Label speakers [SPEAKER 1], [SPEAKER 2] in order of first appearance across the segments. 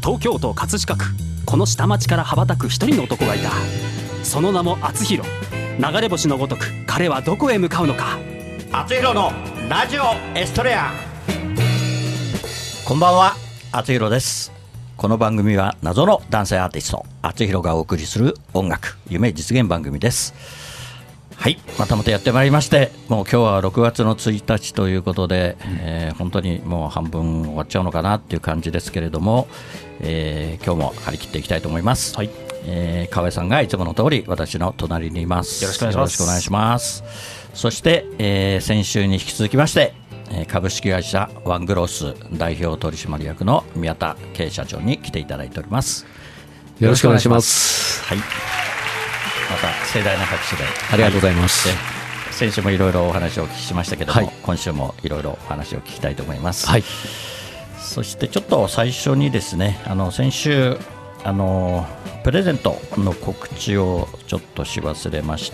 [SPEAKER 1] 東京都葛飾区この下町から羽ばたく一人の男がいた。その名も厚弘。流れ星のごとく彼はどこへ向かうのか。
[SPEAKER 2] 厚弘のラジオエストレア。こんばんは、厚弘です。この番組は謎の男性アーティスト厚弘がお送りする音楽夢実現番組です。はい、またやってまいりまして、もう今日は6月の1日ということで、本当にもう半分終わっちゃうのかなっていう感じですけれども、今日も張り切っていきたいと思います。はい、河合さんがいつもの通り私の隣にいます。
[SPEAKER 1] よろしくお願いします。
[SPEAKER 2] よろしくお願いします。そして、先週に引き続きまして、株式会社ワングロス代表取締役の宮田圭社長に来ていただいております。
[SPEAKER 3] よろしくお願いします。
[SPEAKER 2] はい、また盛大な拍手で
[SPEAKER 3] ありがとうございます。
[SPEAKER 2] 先週もいろいろお話をお聞きしましたけども、
[SPEAKER 3] はい、
[SPEAKER 2] 今週もいろいろお話を聞きたいと思います。
[SPEAKER 3] はい、
[SPEAKER 2] そしてちょっと最初にですね、先週プレゼントの告知をちょっとし忘れまして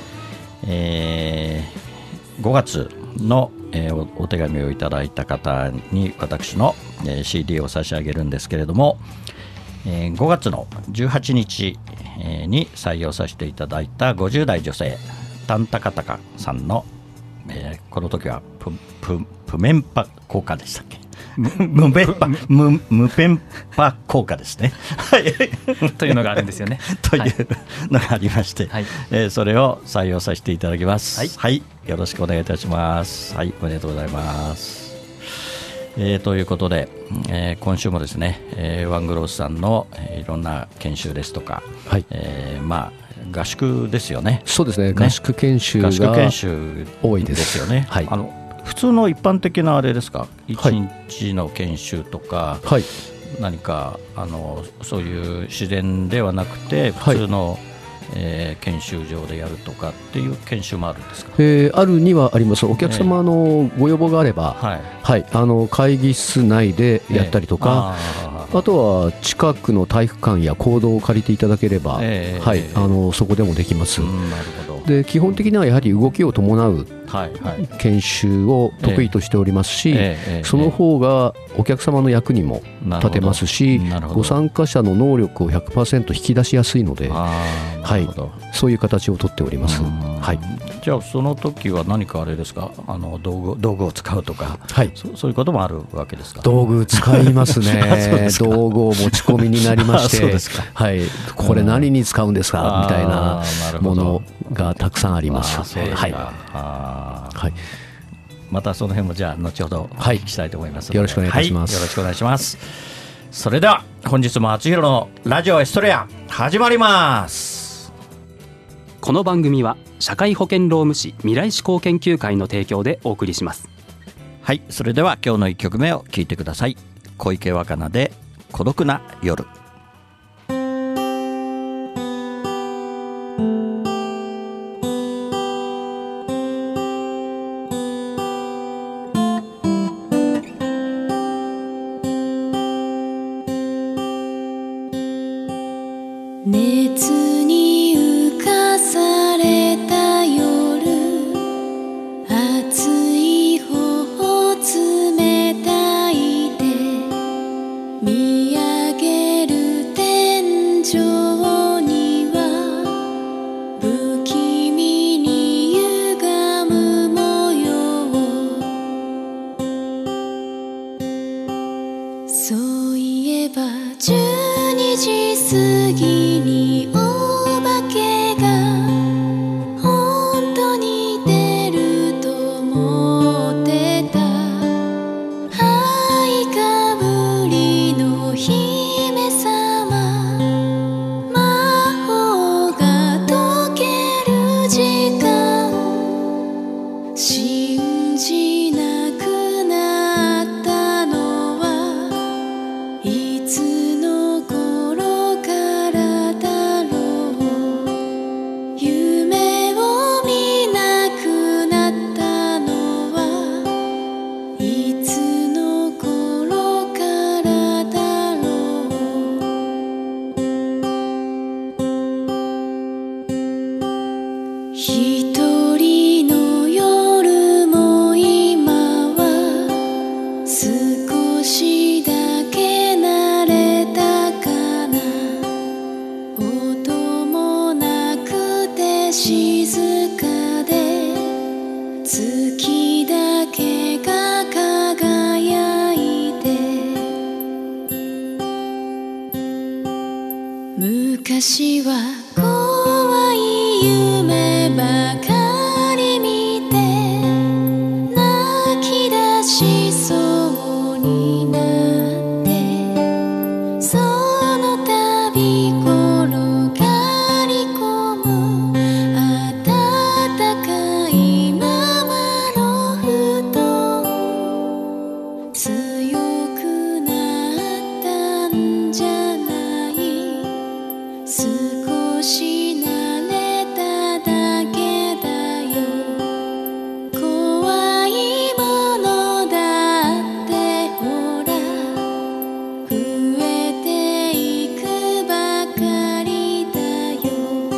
[SPEAKER 2] 、5月の、お手紙をいただいた方に私の、CD を差し上げるんですけれども、5月の18日に採用させていただいた50代女性タンタカタカさんの、この時はプメンパ効果でしたっけ。無ペンパ効果ですね
[SPEAKER 1] というのがあるんですよね
[SPEAKER 2] というのがありまして、はい、それを採用させていただきます。はい、はい、よろしくお願いいたします。はい、おめでとうございます。ということで、今週もですね、ワングロースさんの、いろんな研修ですとか、はい、合宿ですよね。
[SPEAKER 3] そうですね、合宿研修が多いですよね。
[SPEAKER 2] はい、普通の一般的なあれですか、1日の研修とか、はい、何かそういう自然ではなくて普通の、研修場でやるとかっていう研修もあるんですか。
[SPEAKER 3] あるにはあります。お客様のご要望があれば、はい、会議室内でやったりとか、あとは近くの体育館や講堂を借りていただければ、はい、そこでもできます。なるほど。で、基本的にはやはり動きを伴う研修を得意としておりますし、その方がお客様の役にも立てますし、ご参加者の能力を 100% 引き出しやすいので、はい、そういう形をとっております。はい、
[SPEAKER 2] じゃあその時は何かあれですか、道具を使うとか、はい、そういうこともあるわけですか。
[SPEAKER 3] 道具使いますね道具を持ち込みになりましてはい、これ何に使うんですかみたいなものがたくさんあります。はい、はい、
[SPEAKER 2] またその辺もじゃあ後ほどお聞きしたいと思いますので、
[SPEAKER 3] よろしくお願いいたします。
[SPEAKER 2] よろしくお願いします。それでは本日も厚弘のラジオエストレア始まります。
[SPEAKER 1] この番組は社会保険労務士未来志向研究会の提供でお送りします。
[SPEAKER 2] はい、それでは今日の1曲目を聴いてください。小池若菜で孤独な夜。
[SPEAKER 4] 熱に浮かされた夜、熱い頬冷たい手、見上げる天井には不気味に歪む模様。そういえば12時過ぎにお化けが本当に出ると思ってた。灰かぶりの姫様、魔法が解ける時間、信じなくなったのはいつの頃から昔は怖い夢ばかり見て泣き出しそうになってその度転がり込む暖かいままの布団強くなったんじゃない少し慣れただけだよ怖いものだってほら増えていくばかりだよ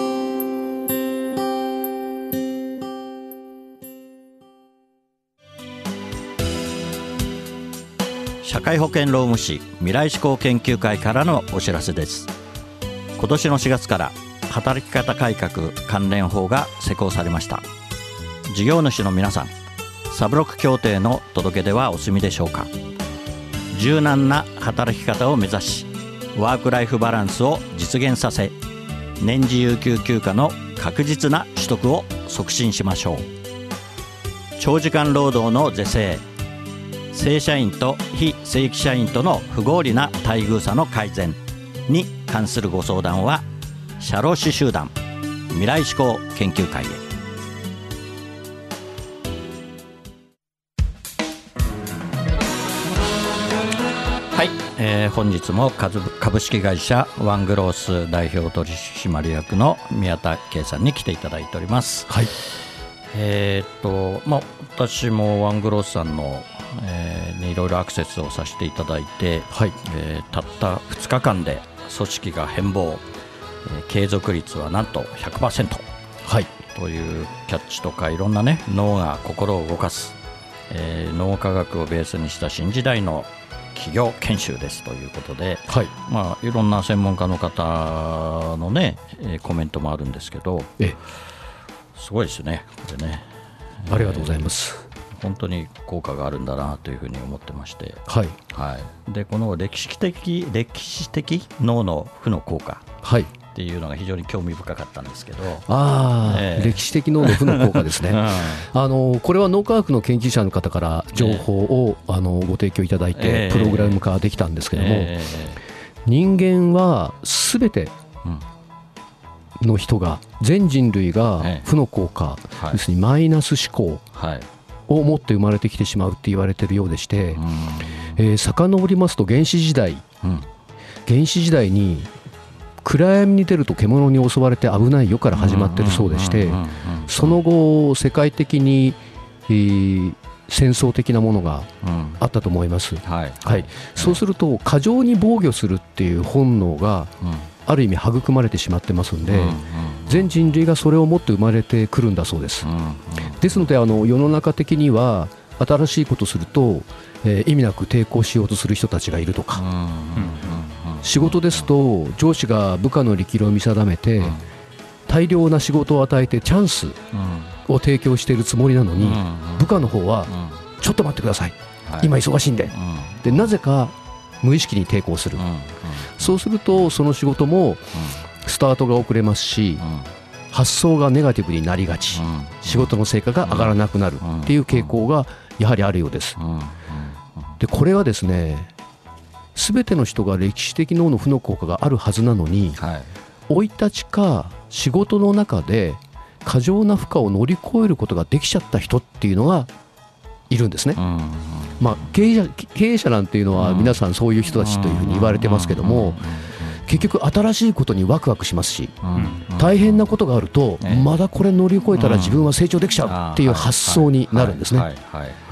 [SPEAKER 2] 社会保険労務士未来志向研究会からのお知らせです。今年の4月から働き方改革関連法が施行されました。事業主の皆さん、サブロック協定の届け出はお済みでしょうか。柔軟な働き方を目指し、ワークライフバランスを実現させ、年次有給休暇の確実な取得を促進しましょう。長時間労働の是正、正社員と非正規社員との不合理な待遇差の改善に関するご相談は社労士集団未来志向研究会へ。はい、本日も株式会社ワングロース代表取締役の宮田圭さんに来ていただいております。
[SPEAKER 3] はい。
[SPEAKER 2] 私もワングロースさんのにいろいろアクセスをさせていただいて、
[SPEAKER 3] はい。
[SPEAKER 2] たった2日間で組織が変貌、継続率はなんと 100%、
[SPEAKER 3] はい、
[SPEAKER 2] というキャッチとかいろんなね脳が心を動かす、脳科学をベースにした新時代の企業研修ですということで、
[SPEAKER 3] はい、
[SPEAKER 2] いろんな専門家の方のねコメントもあるんですけど、すごいですねこれね。
[SPEAKER 3] ありがとうございます。
[SPEAKER 2] 本当に効果があるんだなというふうに思ってまして、
[SPEAKER 3] はい
[SPEAKER 2] はい、でこの歴史的脳の負の効果っていうのが非常に興味深かったんですけど、
[SPEAKER 3] 歴史的脳の負の効果ですね、これは脳科学の研究者の方から情報を、ご提供いただいて、プログラム化できたんですけども、人間はすべての人が、全人類が負の効果、要するにマイナス思考を持って生まれてきてしまうって言われているようでして、遡りますと原始時代に暗闇に出ると獣に襲われて危ないよから始まっているそうでして、その後世界的に、戦争的なものがあったと思います、そうすると過剰に防御するっていう本能がある意味育まれてしまってますんで、全人類がそれを持って生まれてくるんだそうです。ですので世の中的には新しいことをすると、意味なく抵抗しようとする人たちがいるとか、仕事ですと上司が部下の力量を見定めて、大量な仕事を与えてチャンスを提供しているつもりなのに、部下の方はちょっと待ってください、今忙しいんで、でなぜか無意識に抵抗する、そうするとその仕事もスタートが遅れますし、発想がネガティブになりがち、仕事の成果が上がらなくなるっていう傾向がやはりあるようです。でこれはですね、全ての人が歴史的脳の負の効果があるはずなのに、生い立ちか仕事の中で過剰な負荷を乗り越えることができちゃった人っていうのがいるんですね。経営者なんていうのは皆さんそういう人たちというふうに言われてますけども、結局新しいことにワクワクしますし、大変なことがあるとまだこれ乗り越えたら自分は成長できちゃうっていう発想になるんですね。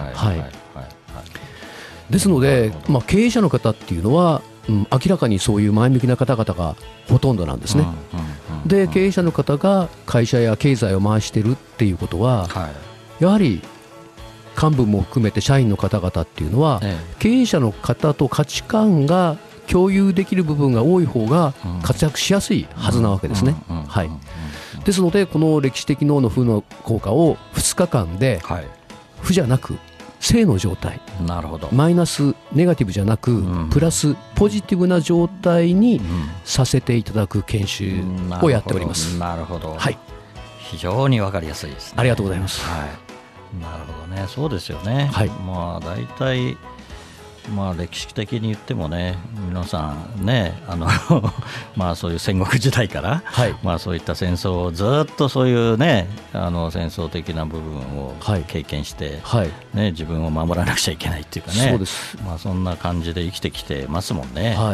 [SPEAKER 3] ですので、経営者の方っていうのは、明らかにそういう前向きな方々がほとんどなんですね。で経営者の方が会社や経済を回しているっていうことは、やはり幹部も含めて社員の方々っていうのは、経営者の方と価値観が共有できる部分が多い方が活躍しやすいはずなわけですね。ですのでこの歴史的脳の負の効果を2日間で負じゃなく正の状態、
[SPEAKER 2] なるほど、
[SPEAKER 3] マイナスネガティブじゃなく、プラスポジティブな状態にさせていただく研修をやっております。
[SPEAKER 2] なるほど、
[SPEAKER 3] はい、
[SPEAKER 2] 非常に分かりやすいですね。
[SPEAKER 3] ありがとうございます。
[SPEAKER 2] はい、なるほどね。そうですよね。
[SPEAKER 3] はい、
[SPEAKER 2] まあ大体歴史的に言ってもね、皆さんね、そういう戦国時代から、はい、そういった戦争をずっとそういうね、戦争的な部分を経験して、はいね、自分を守らなくちゃいけないっていうかね、そうです、そんな感じで生きてきてますもんね。はい、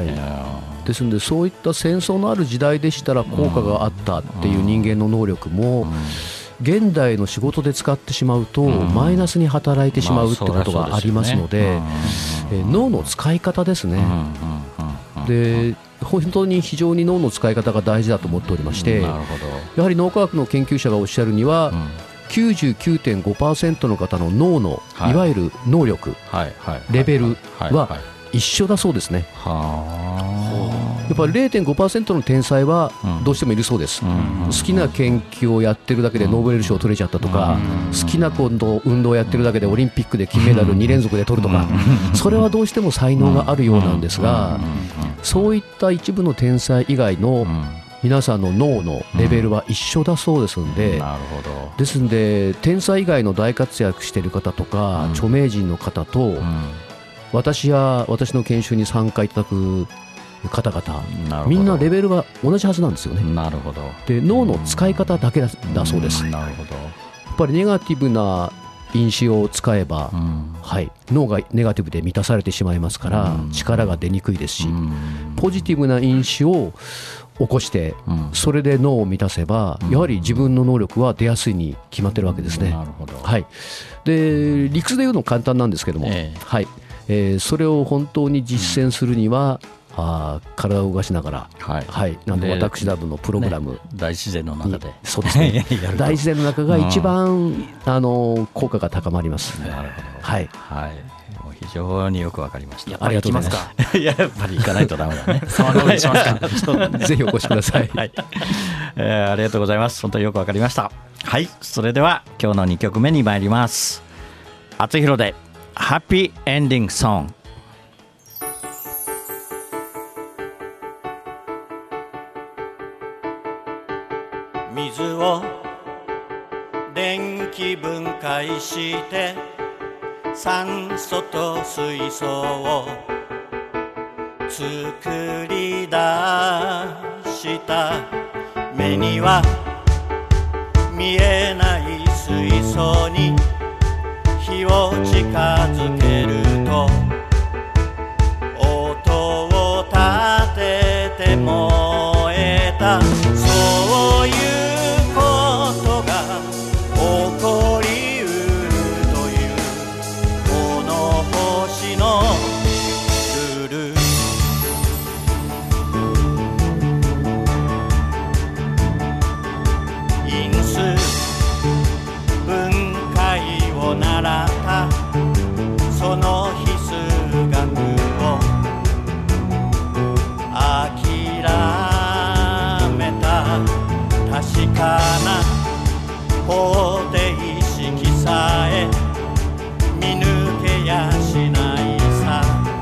[SPEAKER 3] ですので、そういった戦争のある時代でしたら効果があったっていう人間の能力も、現代の仕事で使ってしまうとマイナスに働いてしまうってことがありますので、脳の使い方ですね。で、本当に非常に脳の使い方が大事だと思っておりまして、やはり脳科学の研究者がおっしゃるには、99.5% の方の脳のいわゆる能力、レベルは一緒だそうですね。やっぱり 0.5% の天才はどうしてもいるそうです。好きな研究をやってるだけでノーベル賞を取れちゃったとか、好きな運動をやってるだけでオリンピックで金メダル2連続で取るとか、それはどうしても才能があるようなんですが、そういった一部の天才以外の皆さんの脳のレベルは一緒だそうですので、ですので天才以外の大活躍している方とか著名人の方と、私や私の研修に参加いただく方々、みんなレベルは同じはずなんですよね。
[SPEAKER 2] なるほど。
[SPEAKER 3] で、脳の使い方だけだそうです。
[SPEAKER 2] なるほど。
[SPEAKER 3] やっぱりネガティブな因子を使えば、はい、脳がネガティブで満たされてしまいますから、力が出にくいですし、ポジティブな因子を起こして、それで脳を満たせば、やはり自分の能力は出やすいに決まってるわけですね。
[SPEAKER 2] なるほど。
[SPEAKER 3] はい、で、理屈で言うの簡単なんですけども、はい、それを本当に実践するには、体を動かしながら、なんで私などのプログラム、
[SPEAKER 2] 大自然の中で、
[SPEAKER 3] そうですね大自然の中が一番、効果が高まります。
[SPEAKER 2] なるほど。
[SPEAKER 3] はい、
[SPEAKER 2] 非常によくわかりました。
[SPEAKER 1] やっぱり行きますか。
[SPEAKER 2] やっぱり行かないとダメだね。
[SPEAKER 1] 沢登りしますか。
[SPEAKER 3] ぜひお越しください。
[SPEAKER 2] はい、ありがとうございます。本当によくわかりました。はい、それでは今日の2曲目に参ります。厚弘でハッピーエンディングソング。
[SPEAKER 5] 水を電気分解して酸素と水素を作り出した目には見えない水素に火を近づけると音を立てて燃えた。そういうことが起こりうるというこの星のルール。因数分解を習ったその必須学を諦めた確かな方程式さえ見抜けやしないさ。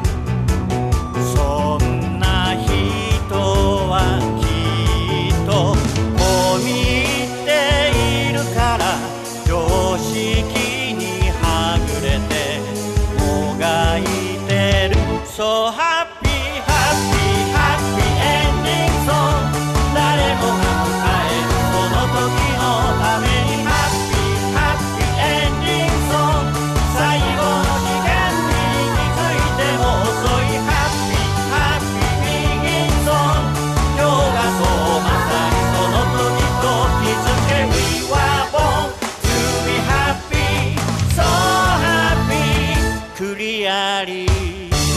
[SPEAKER 5] そんな人はきっとこう見ているから常識にはぐれてもがいてる。そうハッピーハッピーハッピーエンディングソング。誰もが迎えるその時のためにハッピーハッピーエンディングソング。最後の時間に気づいても遅いハッピーハッピービギンソング。今日がそうまさにその時と気づけ We were born to be happy so happy クリアリー。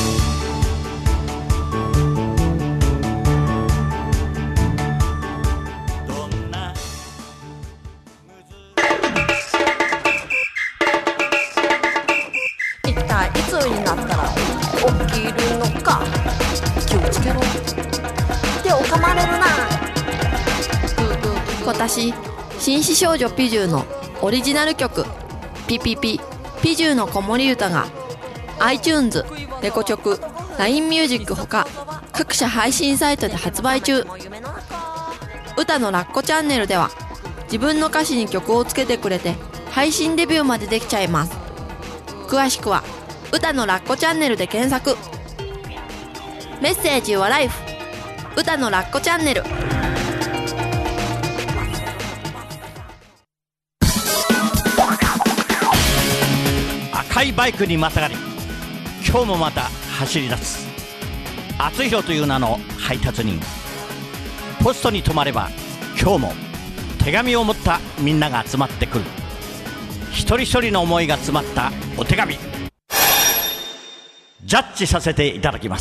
[SPEAKER 6] 一体いつになったら起きるのか。気をつけろ。手を噛まれるな。私紳士少女ピジューのオリジナル曲ピピピピジューの子守歌が iTunes、レコチョク、LINE ミュージックほか各種配信サイトで発売中。歌のラッコチャンネルでは自分の歌詞に曲をつけてくれて配信デビューまでできちゃいます。詳しくは歌のラッコチャンネルで検索。メッセージはライフ歌のラッコチャンネル。
[SPEAKER 2] 赤いバイクにまたがり今日もまた走り出す厚弘という名の配達人。ポストに止まれば今日も手紙を持ったみんなが集まってくる。一人一人の思いが詰まったお手紙、ジャッジさせていただきます。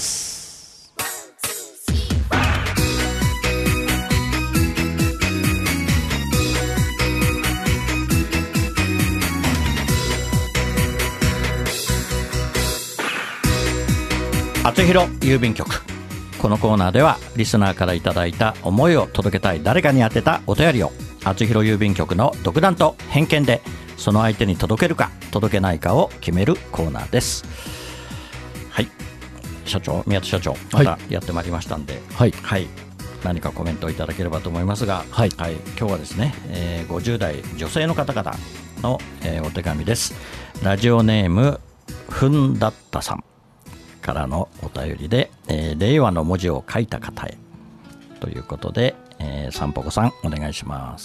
[SPEAKER 2] 厚弘郵便局。このコーナーではリスナーからいただいた思いを届けたい誰かに宛てたお便りを厚弘郵便局の独断と偏見でその相手に届けるか届けないかを決めるコーナーです。はい、社長、宮田社長、またやってまいりましたんで、はい、はい、何かコメントをいただければと思いますが、はい、はい、今日はですね、50代女性の方々の、お手紙です。ラジオネームふんだったさんからのお便りで、令和の文字を書いた方へということで、さんぽこさんお願いします。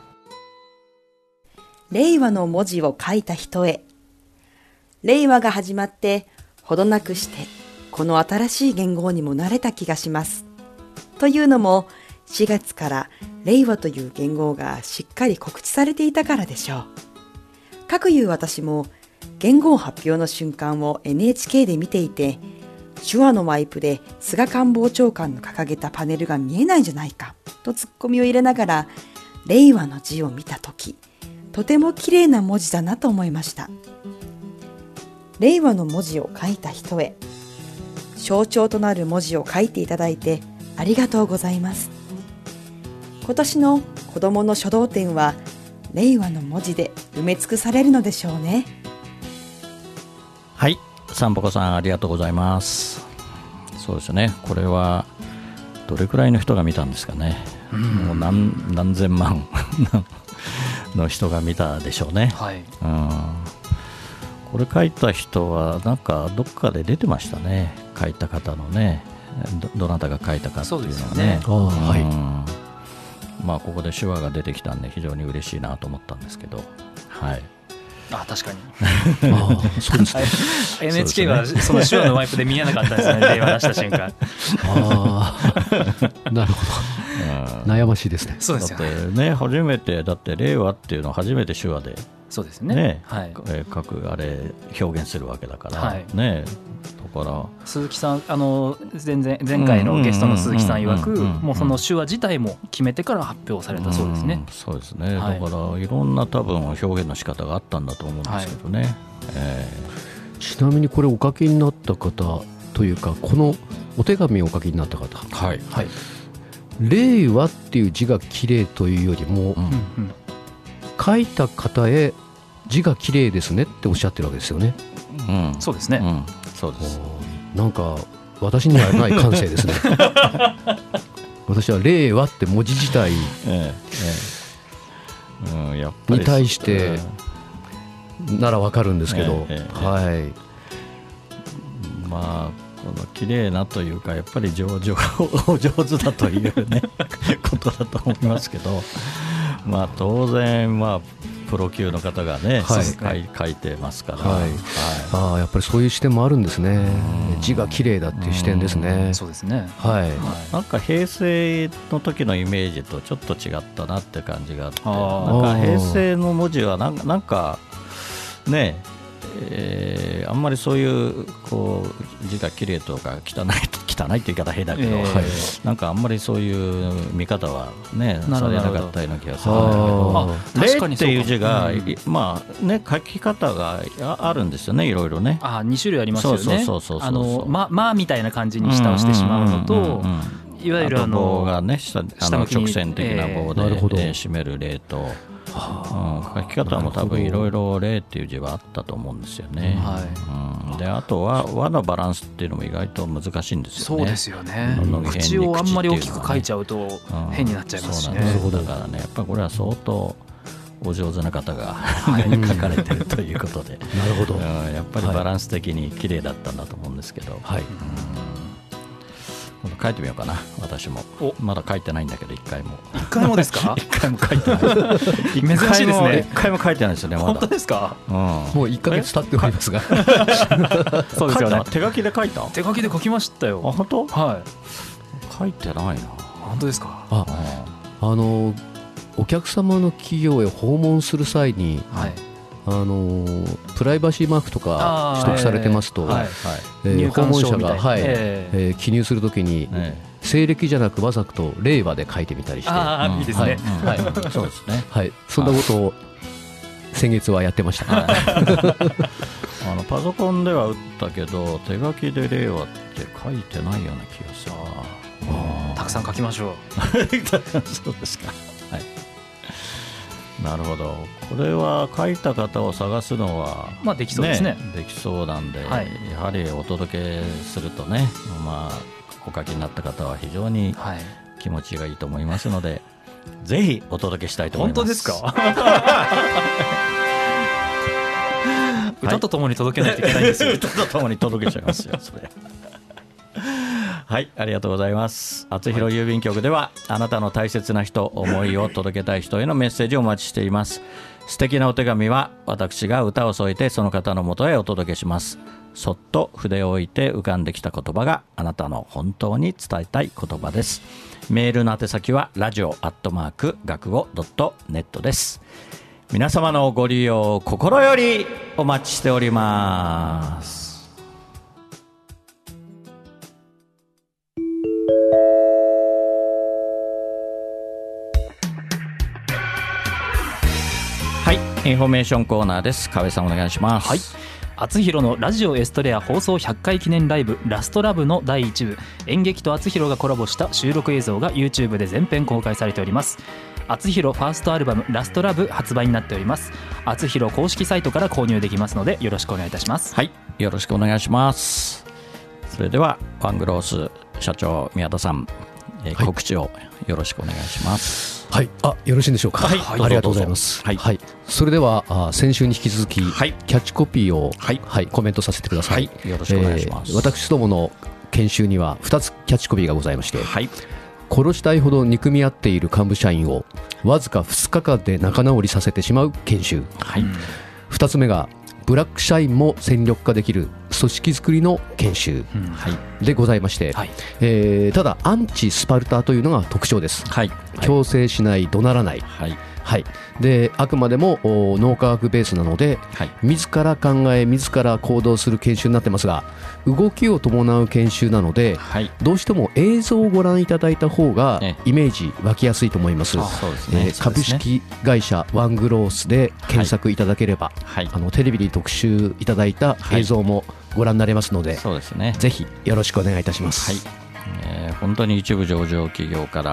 [SPEAKER 7] 令和の文字を書いた人へ。令和が始まってほどなくしてこの新しい元号にも慣れた気がします。というのも4月から令和という元号がしっかり告知されていたからでしょう。かくいう私も元号発表の瞬間を NHK で見ていて、手話のワイプで菅官房長官の掲げたパネルが見えないじゃないかとツッコミを入れながら令和の字を見たとき、とても綺麗な文字だなと思いました。令和の文字を書いた人へ、象徴となる文字を書いていただいてありがとうございます。今年の子どもの書道展は令和の文字で埋め尽くされるのでしょうね。
[SPEAKER 2] はい、さんぽこさんありがとうございます。そうですね、これはどれくらいの人が見たんですかね。もう何千万の人が見たでしょうね。はい、これ書いた人はなんかどっかで出てましたね。書いた方のね、どなたが書いたかっていうのはね。はい、まあここで手話が出てきたんで非常に嬉しいなと思ったんですけど、はい。
[SPEAKER 1] あ、確かにそうですねNHK はその手話のワイプで見えなかったですね令和出した瞬間
[SPEAKER 3] なるほど、悩ましいですね。
[SPEAKER 1] そうですよね。
[SPEAKER 2] だってね、初めてだって令和っていうのは初めて手話で、
[SPEAKER 1] そうですね、
[SPEAKER 2] はい、各あれ表現するわけだから、はい、ね、だから
[SPEAKER 1] 鈴木さん、前回のゲストの鈴木さん曰く、もうその手話自体も決めてから発表されたそうですね。
[SPEAKER 2] そうですね、はい、だからいろんな多分表現の仕方があったんだと思うんですけどね、はい、
[SPEAKER 3] ちなみにこれお書きになった方というか、このお手紙をお書きになった方、はいはい、令和っていう字が綺麗というよりも、書いた方へ字が綺麗ですねっておっしゃってるわけですよね。
[SPEAKER 1] そうですね、
[SPEAKER 2] そうです。
[SPEAKER 3] なんか私にはない感性ですね私は令和って文字自体
[SPEAKER 2] やっぱり
[SPEAKER 3] に対してならわかるんですけど、はい、
[SPEAKER 2] まあこの綺麗なというかやっぱりお上手だというねことだと思いますけど、まあ当然まあプロ級の方がね、はい、書いてますから、はい
[SPEAKER 3] はい、やっぱりそういう視点もあるんですね。字が綺麗だっていう視点ですね。
[SPEAKER 1] そうですね、
[SPEAKER 2] はい、なんか平成の時のイメージとちょっと違ったなって感じがあって、なんか平成の文字はなんかね、あんまりそういうこう字が綺麗とか汚いって言い方変だけど、なんかあんまりそういう見方はねされなかったような気がするんだけど、令っていう字が、まあね、書き方があるんですよね、いろいろね。
[SPEAKER 1] 2種類ありますよね。まあみたいな感じに下をしてしまうのと、いわゆる
[SPEAKER 2] 棒がね、下の直線的な棒で締める令と、 書き方も多分いろいろ霊っていう字はあったと思うんですよね、であとは和のバランスっていうのも意外と難しいんですよね。
[SPEAKER 8] そうですよね。口をあんまり大きく書いちゃうと変になっちゃいますしね。
[SPEAKER 2] そうだからね、やっぱりこれは相当お上手な方が書かれてるということで
[SPEAKER 3] なるほど、
[SPEAKER 2] やっぱりバランス的に綺麗だったんだと思うんですけど、書いてみようかな。私もまだ書いてないんだけど1回もですか？1回も書いてない
[SPEAKER 8] 珍しいですね。
[SPEAKER 2] 1回も書いてないですよね、まだ。
[SPEAKER 8] 本当ですか？
[SPEAKER 3] もう1ヶ月経っておりますが
[SPEAKER 8] そうですよね。
[SPEAKER 2] 手書きで書いた？
[SPEAKER 8] 手書きで書きましたよ。
[SPEAKER 2] あ、本当？
[SPEAKER 8] はい。
[SPEAKER 2] 書いてないな。
[SPEAKER 8] 本当ですか？
[SPEAKER 3] お客様の企業へ訪問する際に、プライバシーマークとか取得されてますと、訪問者が記入するときに西暦じゃなくわざと令和で書いてみたりして、
[SPEAKER 8] いいですね。
[SPEAKER 2] そうですね。
[SPEAKER 3] そんなことを先月はやってました。
[SPEAKER 2] パソコンでは打ったけど手書きで令和って書いてないような気がするな。
[SPEAKER 8] たくさん書きましょう。
[SPEAKER 2] そうですか。はい。なるほど。これは書いた方を探すのは
[SPEAKER 8] できそうですね。
[SPEAKER 2] できそうなんで、やはりお届けするとね、お書きになった方は非常に気持ちがいいと思いますので、ぜひお届けしたいと思います。
[SPEAKER 8] 本当ですか？歌とともに届けないといけないんですよ。
[SPEAKER 2] 歌とともに届けちゃいますよ、それ。はい、ありがとうございます。あつひろ郵便局ではあなたの大切な人、思いを届けたい人へのメッセージをお待ちしています。素敵なお手紙は私が歌を添えてその方のもとへお届けします。そっと筆を置いて浮かんできた言葉があなたの本当に伝えたい言葉です。メールの宛先はradio@学語.net です。皆様のご利用心よりお待ちしております。はい、インフォメーションコーナーです。河合さんお願いします。
[SPEAKER 8] はい、あつひろのラジオエストレア放送100回記念ライブラストラブの第1部、演劇とあつひろがコラボした収録映像が YouTube で全編公開されております。あつひろファーストアルバムラストラブ発売になっております。あつひろ公式サイトから購入できますのでよろしくお願いいたします。
[SPEAKER 2] はい、よろしくお願いします。それではワングロース社長宮田さん、告知をよろしくお願いします。
[SPEAKER 3] はい、よろしいんでしょうか。ありがとうございます。それでは先週に引き続き、キャッチコピーを、コメントさせてください。
[SPEAKER 2] よろしくお願いします。
[SPEAKER 3] 私どもの研修には2つキャッチコピーがございまして、殺したいほど憎み合っている幹部社員をわずか2日間で仲直りさせてしまう研修、2つ目がブラック社員も戦力化できる組織づくりの研修でございまして、ただアンチスパルタというのが特徴です。強制しない、怒鳴らない、であくまでも脳科学ベースなので、自ら考え自ら行動する研修になってますが、動きを伴う研修なので、どうしても映像をご覧いただいた方がイメージ湧きやすいと思います。株式会社ワングロースで検索いただければ、テレビに特集いただいた映像もご覧になれますので、ぜひよろしくお願いいたします。
[SPEAKER 2] 本当に一部上場企業から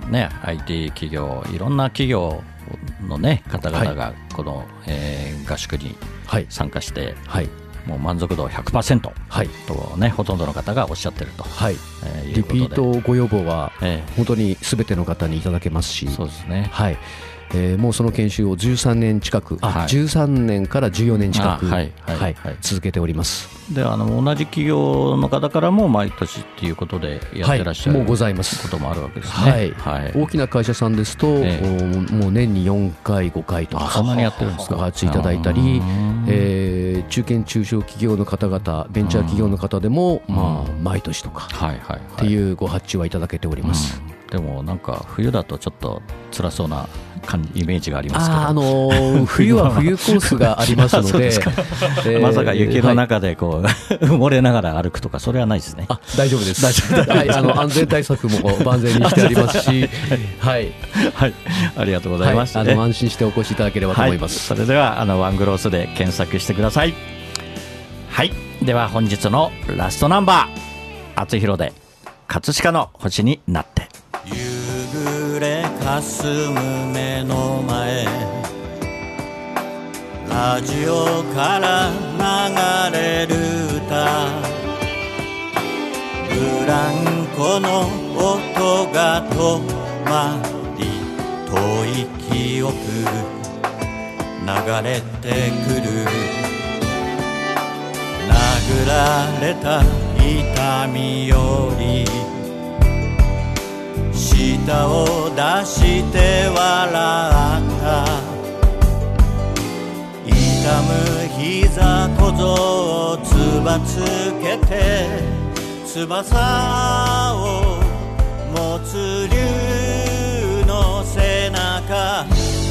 [SPEAKER 2] 、IT 企業、いろんな企業の、方々がこの、合宿に参加して、もう満足度 100% と、ほとんどの方がおっしゃってると、
[SPEAKER 3] リピートご要望は本当に全ての方にいただけますし、もうその研修を13年近く、13年から14年近く続けております。
[SPEAKER 2] で同じ企業の方からも毎年っていうことでやってらっしゃる、
[SPEAKER 3] もうございます
[SPEAKER 2] こともあるわけですね。
[SPEAKER 3] 大きな会社さんですと、もう年に4回5回とか
[SPEAKER 2] そんなにやってるんですか。
[SPEAKER 3] ご発注いただいたり、中堅中小企業の方々、ベンチャー企業の方でも、毎年とかっていうご発注はいただけております。
[SPEAKER 2] でもなんか冬だとちょっと辛そうなイメージがありますけど、
[SPEAKER 3] 冬は冬コースがありますので
[SPEAKER 2] まさか雪の中でこう、埋もれながら歩くとかそれはないですね。
[SPEAKER 3] 大丈夫です。安全対策も万全にしてありますし、
[SPEAKER 2] ありがとうございます。
[SPEAKER 3] 安心してお越しいただければと思います。
[SPEAKER 2] それではワングロースで検索してください。では本日のラストナンバー、あつひろで葛飾の星になって。
[SPEAKER 5] 夕暮れかすむ目の前、 ラジオから流れる歌、ブランコの音が止まり、遠い記憶流れてくる。殴られた痛みより舌を出して笑った。痛む膝小僧をつばつけて、翼を持つ竜の背中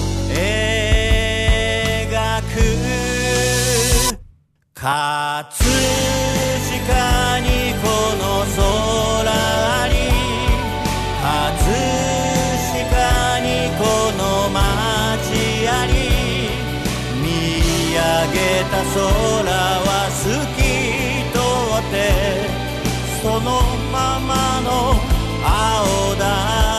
[SPEAKER 5] 描く。葛飾にこの空あり、葛飾にこの街あり、見上げた空は透き通って、そのままの青だ。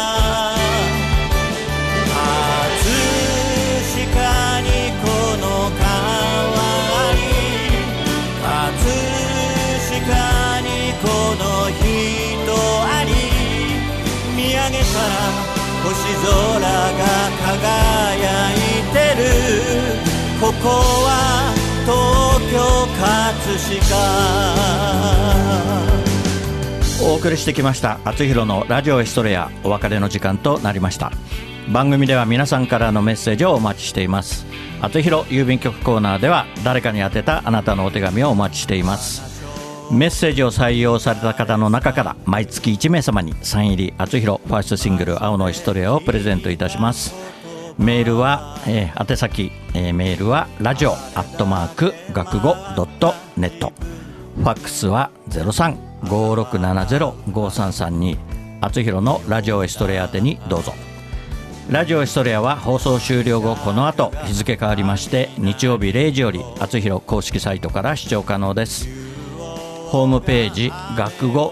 [SPEAKER 5] 葛飾にこの川あり、葛飾にこの人あり、見上げたら星空が輝いてる。ここは東京葛飾。
[SPEAKER 2] お送りしてきましたあつひろのラジオエストレア、お別れの時間となりました。番組では皆さんからのメッセージをお待ちしています。あつひろ郵便局コーナーでは誰かに宛てたあなたのお手紙をお待ちしています。メッセージを採用された方の中から毎月1名様にサイン入りあつひろファーストシングル青のエストレアをプレゼントいたします。メールは、宛先、メールはラジオ学語.net、 ファックスは 03-5670-5332、 あつひろのラジオエストレア宛てにどうぞ。ラジオエストレアは放送終了後、この後日付変わりまして日曜日0時よりあつひろ公式サイトから視聴可能です。ホームページ学語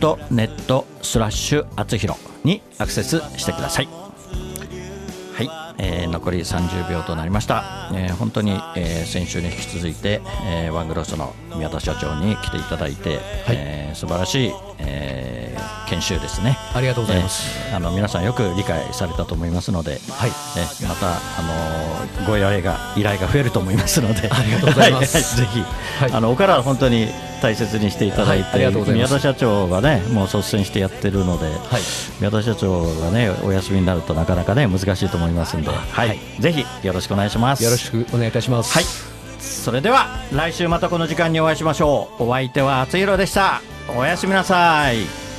[SPEAKER 2] .net/あつひろにアクセスしてください。はい、残り30秒となりました。本当に、先週に引き続いて、ワングロスの宮田社長に来ていただいて、はい、素晴らしい、研修ですね。
[SPEAKER 3] ありがとうございます。
[SPEAKER 2] 皆さんよく理解されたと思いますので、はい、またご依頼が増えると思いますので、
[SPEAKER 3] ありがとうございます。
[SPEAKER 2] はい、ぜひ、はい、おから本当に大切にしていただいて、はい、宮田社長がねもう率先してやってるので、はい、宮田社長がねお休みになるとなかなかね難しいと思いますんで、はいはい、ぜひよろしくお願いします。
[SPEAKER 3] よろしくお願いいたします。
[SPEAKER 2] はい、それでは来週またこの時間にお会いしましょう。お相手はあつひろでした。おやすみなさい。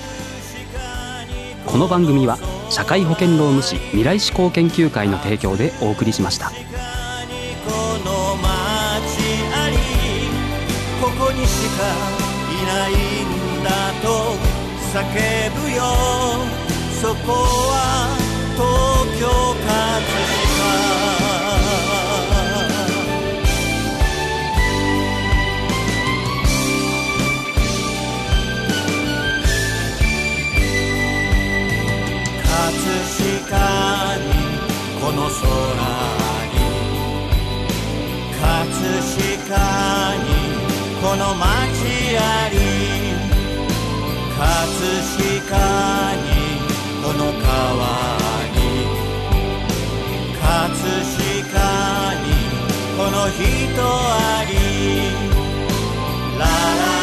[SPEAKER 1] この番組は社会保険労務士未来志向研究会の提供でお送りしました。
[SPEAKER 5] ここにしかいないんだと叫ぶよ。そこは東京葛飾にこの空に、葛飾にこの街あり、葛飾にこの川に、葛飾にこの人あり、ラララ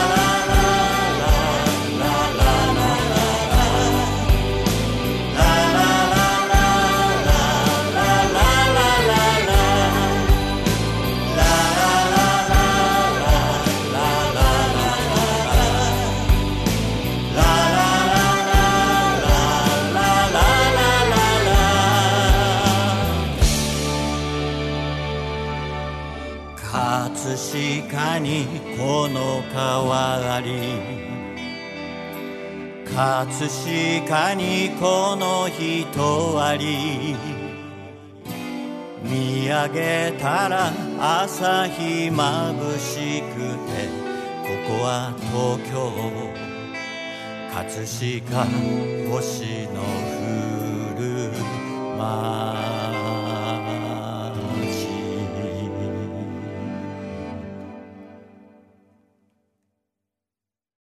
[SPEAKER 5] 葛飾にこの川あり、葛飾にこの人あり、見上げたら朝日まぶしくて、ここは東京葛飾星の